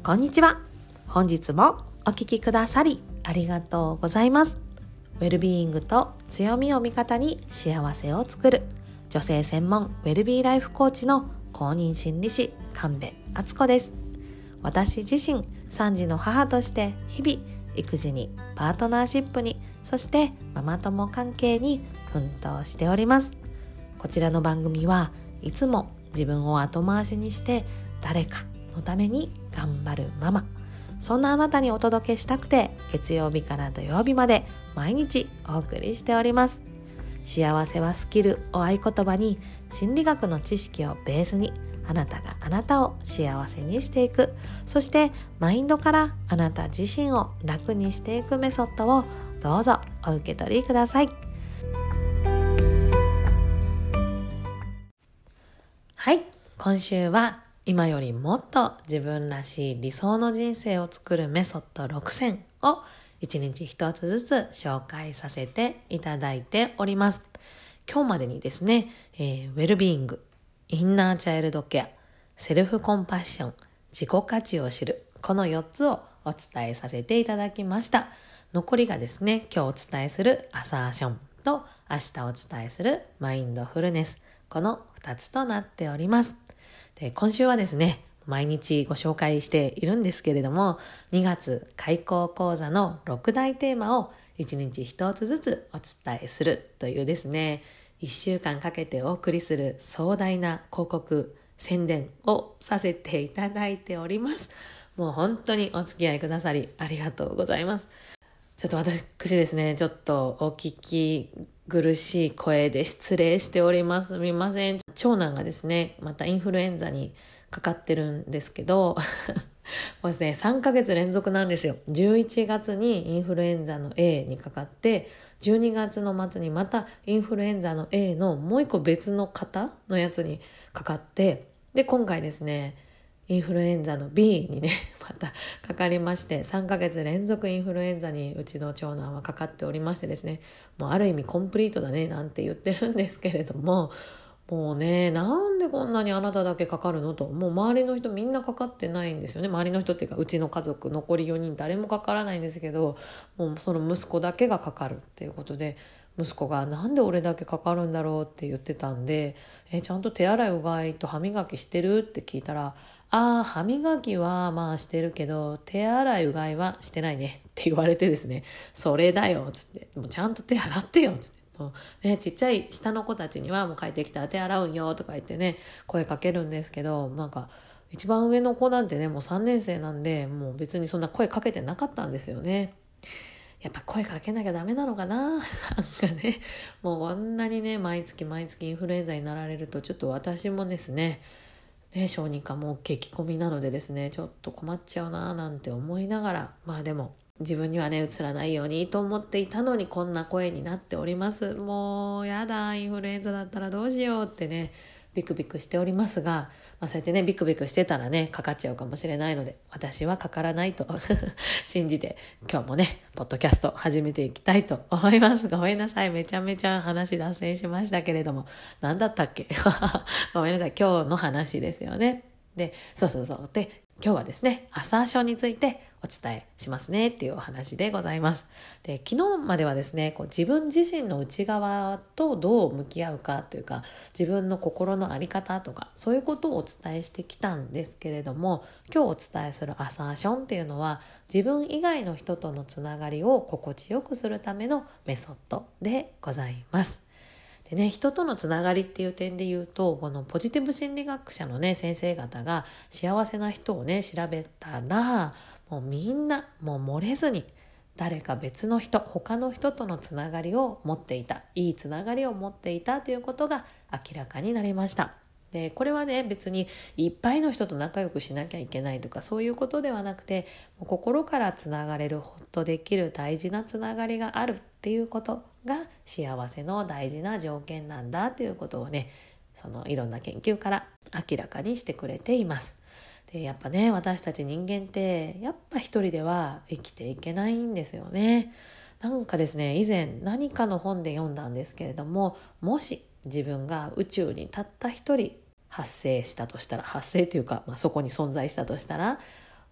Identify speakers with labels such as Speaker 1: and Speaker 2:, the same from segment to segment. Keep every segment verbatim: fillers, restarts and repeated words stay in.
Speaker 1: こんにちは。本日もお聞きくださりありがとうございます。ウェルビーイングと強みを味方に幸せを作る女性専門ウェルビーライフコーチの公認心理師神戸敦子です。私自身さん児の母として日々育児にパートナーシップにそしてママ友関係に奮闘しております。こちらの番組はいつも自分を後回しにして誰かのために頑張るママ、そんなあなたにお届けしたくて月曜日から土曜日まで毎日お送りしております。幸せはスキルを合言葉に心理学の知識をベースにあなたがあなたを幸せにしていく、そしてマインドからあなた自身を楽にしていくメソッドをどうぞお受け取りください。はい、今週は今よりもっと自分らしい理想の人生を作るメソッドろく選をいちにちひとつずつ紹介させていただいております。今日までにですね、えー、ウェルビーイング、インナーチャイルドケア、セルフコンパッション、自己価値を知る、このよっつをお伝えさせていただきました。残りがですね、今日お伝えするアサーションと明日お伝えするマインドフルネス、このふたつとなっております。で、今週はですね、毎日ご紹介しているんですけれども、にがつ開講講座のろく大テーマをいちにちひとつずつお伝えするというですね、いっしゅうかんかけてお送りする壮大な広告宣伝をさせていただいております。もう本当にお付き合いくださりありがとうございます。ちょっと私ですね、ちょっとお聞き苦しい声で失礼しております。すみません。長男がですね、またインフルエンザにかかってるんですけど、もうですね、さんかげつ連続なんですよ。じゅういちがつにインフルエンザの A にかかって、じゅうにがつの末にまたインフルエンザの A のもう一個別の型のやつにかかって、で、今回ですね、インフルエンザの B にねまたかかりまして、さんかげつ連続インフルエンザにうちの長男はかかっておりましてですね、もうある意味コンプリートだねなんて言ってるんですけれども、もうね、なんでこんなにあなただけかかるのと、もう周りの人みんなかかってないんですよね。周りの人っていうかうちの家族残りよにん誰もかからないんですけど、もうその息子だけがかかるっていうことで、息子がなんで俺だけかかるんだろうって言ってたんで、えちゃんと手洗いうがいと歯磨きしてるって聞いたら、ああ、歯磨きはまあしてるけど、手洗いうがいはしてないねって言われてですね、それだよ、つって、もうちゃんと手洗ってよ、つって。もうね、ちっちゃい下の子たちにはもう帰ってきたら手洗うんよとか言ってね、声かけるんですけど、なんか、一番上の子なんてね、もうさんねん生なんで、もう別にそんな声かけてなかったんですよね。やっぱ声かけなきゃダメなのかななんかね、もうこんなにね、毎月毎月インフルエンザになられると、ちょっと私もですね、ね、小児科も激混みなのでですね、ちょっと困っちゃうななんて思いながら、まあでも自分にはねうつらないようにと思っていたのに、こんな声になっております。もうやだ、インフルエンザだったらどうしようってね、ビクビクしておりますが、まあ、そうやってねビクビクしてたらねかかっちゃうかもしれないので、私はかからないと信じて今日もねポッドキャスト始めていきたいと思います。ごめんなさい、めちゃめちゃ話脱線しましたけれども、何だったっけごめんなさい、今日の話ですよね。で、そうそうそう。で、今日はですね、アサーションについてお伝えしますねっていうお話でございます。で、昨日まではですね、こう自分自身の内側とどう向き合うかというか、自分の心の在り方とか、そういうことをお伝えしてきたんですけれども、今日お伝えするアサーションっていうのは、自分以外の人とのつながりを心地よくするためのメソッドでございます。でね、人とのつながりっていう点で言うと、このポジティブ心理学者のね先生方が幸せな人をね調べたら、もうみんなもう漏れずに誰か別の人、他の人とのつながりを持っていた、いいつながりを持っていたということが明らかになりました。で、これはね別にいっぱいの人と仲良くしなきゃいけないとかそういうことではなくて、もう心からつながれる、ほっとできる大事なつながりがあるっていうことが幸せの大事な条件なんだということをね、そのいろんな研究から明らかにしてくれています。で、やっぱね私たち人間ってやっぱ一人では生きていけないんですよね。なんかですね、以前何かの本で読んだんですけれども、もし自分が宇宙にたった一人発生したとしたら、発生というか、まあ、そこに存在したとしたら、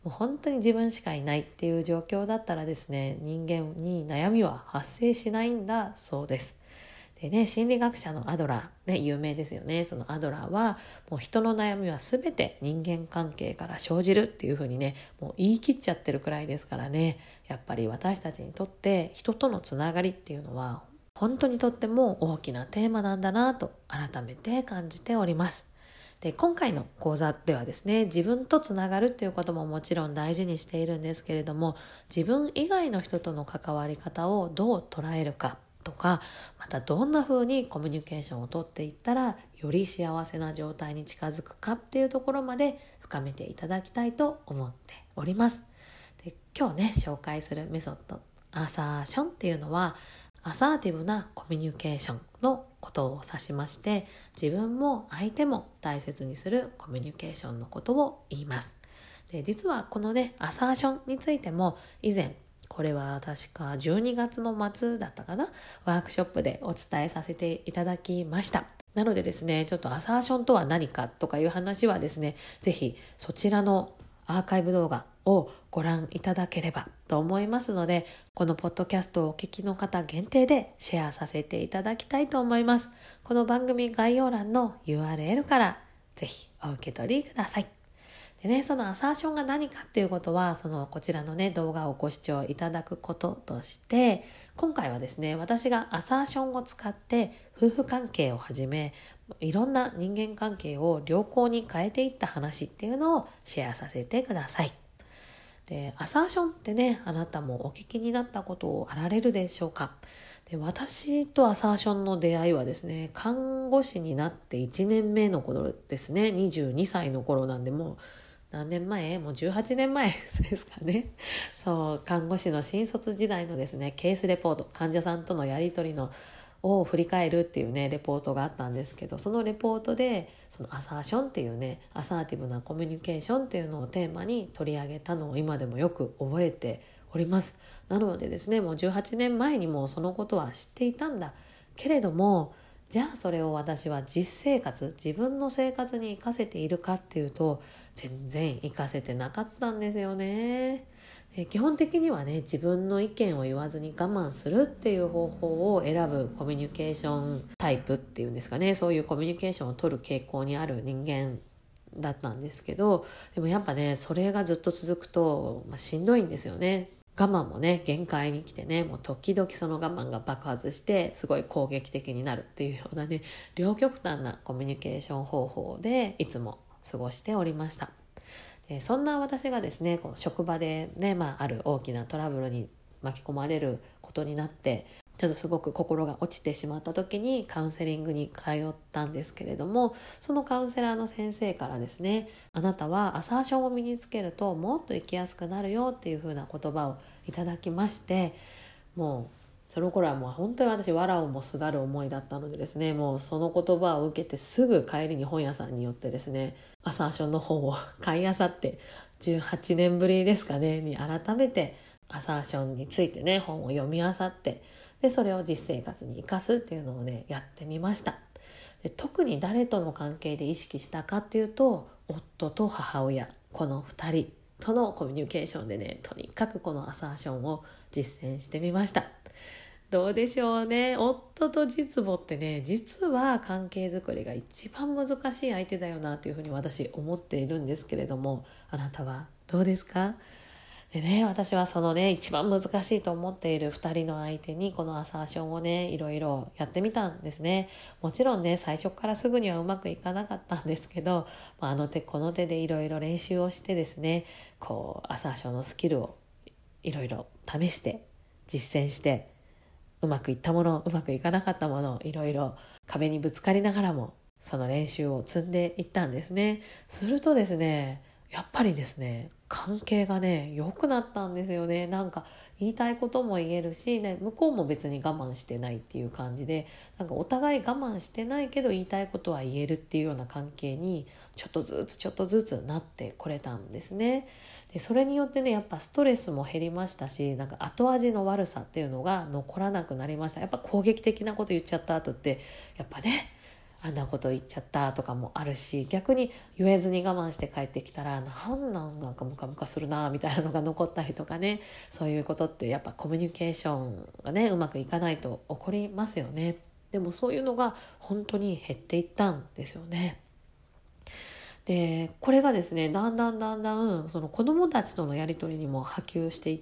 Speaker 1: もう本当に自分しかいないっていう状況だったらですね、人間に悩みは発生しないんだそうです。でね、心理学者のアドラー、ね、有名ですよね。そのアドラーはもう人の悩みは全て人間関係から生じるっていうふうにね、もう言い切っちゃってるくらいですからね、やっぱり私たちにとって人とのつながりっていうのは本当にとっても大きなテーマなんだなと改めて感じております。で、今回の講座ではですね、自分とつながるっていうことももちろん大事にしているんですけれども、自分以外の人との関わり方をどう捉えるかとか、またどんな風にコミュニケーションをとっていったらより幸せな状態に近づくかっていうところまで深めていただきたいと思っております。で、今日ね紹介するメソッド、アサーションっていうのはアサーティブなコミュニケーションのことを指しまして、自分も相手も大切にするコミュニケーションのことを言います。で、実はこのねアサーションについても以前、これは確かじゅうにがつの末だったかな、ワークショップでお伝えさせていただきました。なのでですね、ちょっとアサーションとは何かとかいう話はですね、ぜひそちらのアーカイブ動画をご覧いただければと思いますので、このポッドキャストをお聞きの方限定でシェアさせていただきたいと思います。この番組概要欄の ユーアールエル からぜひお受け取りください。でね、そのアサーションが何かっていうことは、そのこちらのね動画をご視聴いただくこととして、今回はですね、私がアサーションを使って夫婦関係をはじめいろんな人間関係を良好に変えていった話っていうのをシェアさせてください。で、アサーションってね、あなたもお聞きになったことあられるでしょうか。で、私とアサーションの出会いはですね、看護師になっていちねんめの頃ですね。にじゅうにさいの頃なんで、もう何年前？もうじゅうはちねんまえですかね。そう、看護師の新卒時代のですね、ケースレポート、患者さんとのやり取りのを振り返るっていうねレポートがあったんですけど、そのレポートでそのアサーションっていうね、アサーティブなコミュニケーションっていうのをテーマに取り上げたのを今でもよく覚えております。なのでですね、もうじゅうはちねんまえにもそのことは知っていたんだけれども、じゃあそれを私は実生活、自分の生活に活かせているかっていうと、全然活かせてなかったんですよね。で、基本的にはね、自分の意見を言わずに我慢するっていう方法を選ぶコミュニケーションタイプっていうんですかね、そういうコミュニケーションを取る傾向にある人間だったんですけど、でもやっぱね、それがずっと続くと、まあ、しんどいんですよね。我慢もね限界に来てね、もう時々その我慢が爆発してすごい攻撃的になるっていうようなね、両極端なコミュニケーション方法でいつも過ごしておりました。で、そんな私がですね、こう職場でね、まあ、ある大きなトラブルに巻き込まれることになって、ちょっとすごく心が落ちてしまった時にカウンセリングに通ったんですけれども、そのカウンセラーの先生からですね、あなたはアサーションを身につけるともっと生きやすくなるよっていう風な言葉をいただきまして、もうその頃はもう本当に私わらをもすがる思いだったのでですね、もうその言葉を受けてすぐ帰りに本屋さんに寄ってですね、アサーションの本を買い漁って、じゅうはちねんぶりですかねに改めてアサーションについてね本を読み漁って、でそれを実生活に生かすっていうのをねやってみました。で、特に誰との関係で意識したかっていうと、夫と母親、このふたりとのコミュニケーションでね、とにかくこのアサーションを実践してみました。どうでしょうね。夫と実母ってね、実は関係づくりが一番難しい相手だよなというふうに私思っているんですけれども、あなたはどうですか？でね、私はそのね一番難しいと思っているふたりの相手にこのアサーションをねいろいろやってみたんですね。もちろんね最初からすぐにはうまくいかなかったんですけど、あの手この手でいろいろ練習をしてですね、こうアサーションのスキルをいろいろ試して実践して、うまくいったもの、うまくいかなかったものをいろいろ壁にぶつかりながらもその練習を積んでいったんですね。するとですね、やっぱりですね関係がね良くなったんですよね。なんか言いたいことも言えるし、ね、向こうも別に我慢してないっていう感じで、なんかお互い我慢してないけど言いたいことは言えるっていうような関係にちょっとずつちょっとずつなってこれたんですね。でそれによってねやっぱストレスも減りましたし、なんか後味の悪さっていうのが残らなくなりました。やっぱ攻撃的なこと言っちゃった後ってやっぱねあんなこと言っちゃったとかもあるし、逆に言えずに我慢して帰ってきたらなんなんなんかムカムカするなみたいなのが残ったりとかね、そういうことってやっぱコミュニケーションがねうまくいかないと起こりますよね。でもそういうのが本当に減っていったんですよね。でこれがですねだんだんだんだんその子どもたちとのやり取りにも波及していって、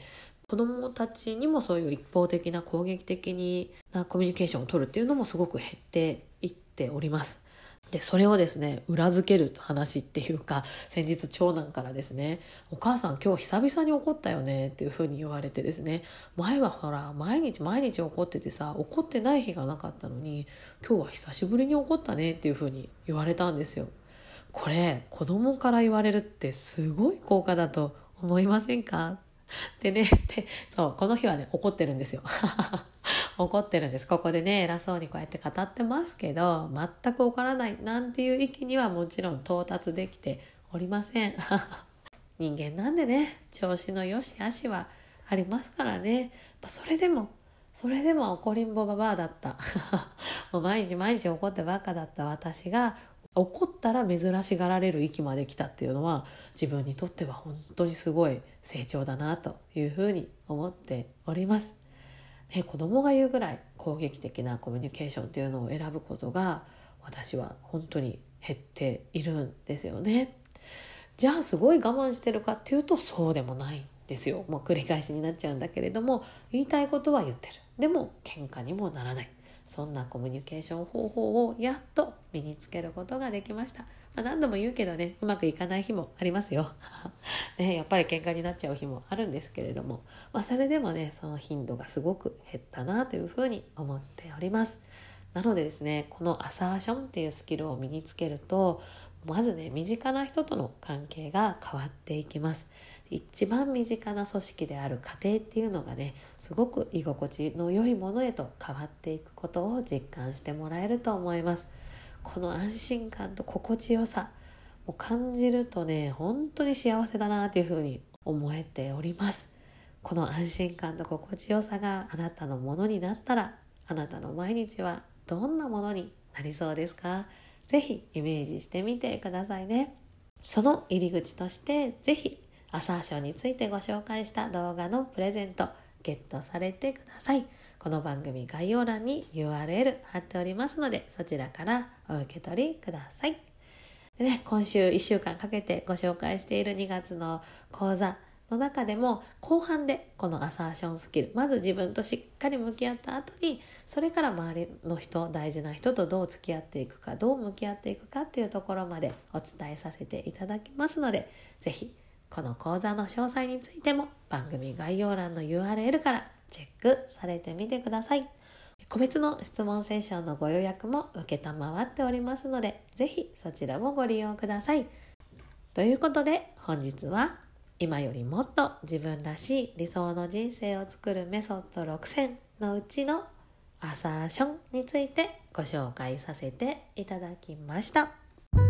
Speaker 1: 子どもたちにもそういう一方的な攻撃的なコミュニケーションを取るっていうのもすごく減っていっております。でそれをですね裏付ける話っていうか、先日長男からですね、お母さん今日久々に怒ったよねっていうふうに言われてですね、前はほら毎日毎日怒っててさ、怒ってない日がなかったのに今日は久しぶりに怒ったねっていうふうに言われたんですよ。これ子供から言われるってすごい効果だと思いませんか？でね、でそうこの日はね怒ってるんですよ怒ってるんです。ここでね偉そうにこうやって語ってますけど、全く怒らないなんていう域にはもちろん到達できておりません人間なんでね、調子の良し悪しはありますからね。それでもそれでも怒りんぼババアだったもう毎日毎日怒ってばっかだった私が、怒ったら珍しがられる域まで来たっていうのは自分にとっては本当にすごい成長だなというふうに思っております、ね、子供が言うぐらい攻撃的なコミュニケーションっていうのを選ぶことが私は本当に減っているんですよね。じゃあすごい我慢してるかっていうとそうでもないんですよ。もう繰り返しになっちゃうんだけれども、言いたいことは言ってる。でも喧嘩にもならない。そんなコミュニケーション方法をやっと身につけることができました。まあ、何度も言うけどね、うまくいかない日もありますよ、ね、やっぱり喧嘩になっちゃう日もあるんですけれども、まあ、それでもねその頻度がすごく減ったなというふうに思っております。なのでですね、このアサーションっていうスキルを身につけると、まずね身近な人との関係が変わっていきます。一番身近な組織である家庭っていうのがねすごく居心地の良いものへと変わっていくことを実感してもらえると思います。この安心感と心地よさを感じるとね本当に幸せだなというふうに思えております。この安心感と心地よさがあなたのものになったら、あなたの毎日はどんなものになりそうですか？ぜひイメージしてみてくださいね。その入り口としてぜひアサーションについてご紹介した動画のプレゼントゲットされてください。この番組概要欄に ユーアールエル 貼っておりますので、そちらからお受け取りください。でね、今週いっしゅうかんかけてご紹介しているにがつの講座の中でも後半でこのアサーションスキル、まず自分としっかり向き合った後に、それから周りの人、大事な人とどう付き合っていくか、どう向き合っていくかっていうところまでお伝えさせていただきますので、ぜひこの講座の詳細についても番組概要欄の ユーアールエル からチェックされてみてください。個別の質問セッションのご予約も受けたまわっておりますので、ぜひそちらもご利用ください。ということで本日は今よりもっと自分らしい理想の人生を作るメソッドろくせんのうちのアサーションについてご紹介させていただきました。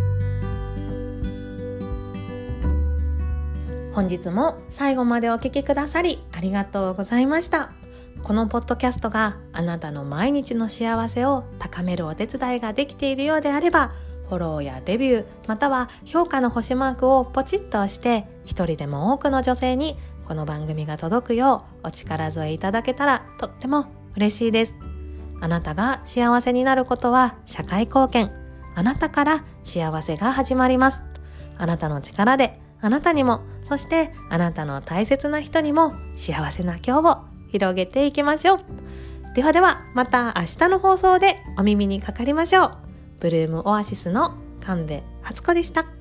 Speaker 1: 本日も最後までお聞きくださりありがとうございました。このポッドキャストがあなたの毎日の幸せを高めるお手伝いができているようであれば、フォローやレビューまたは評価の星マークをポチッと押して、一人でも多くの女性にこの番組が届くようお力添えいただけたらとっても嬉しいです。あなたが幸せになることは社会貢献。あなたから幸せが始まります。あなたの力であなたにも、そしてあなたの大切な人にも幸せな今日を広げていきましょう。ではではまた明日の放送でお耳にかかりましょう。ブルームオアシスの神戸初子でした。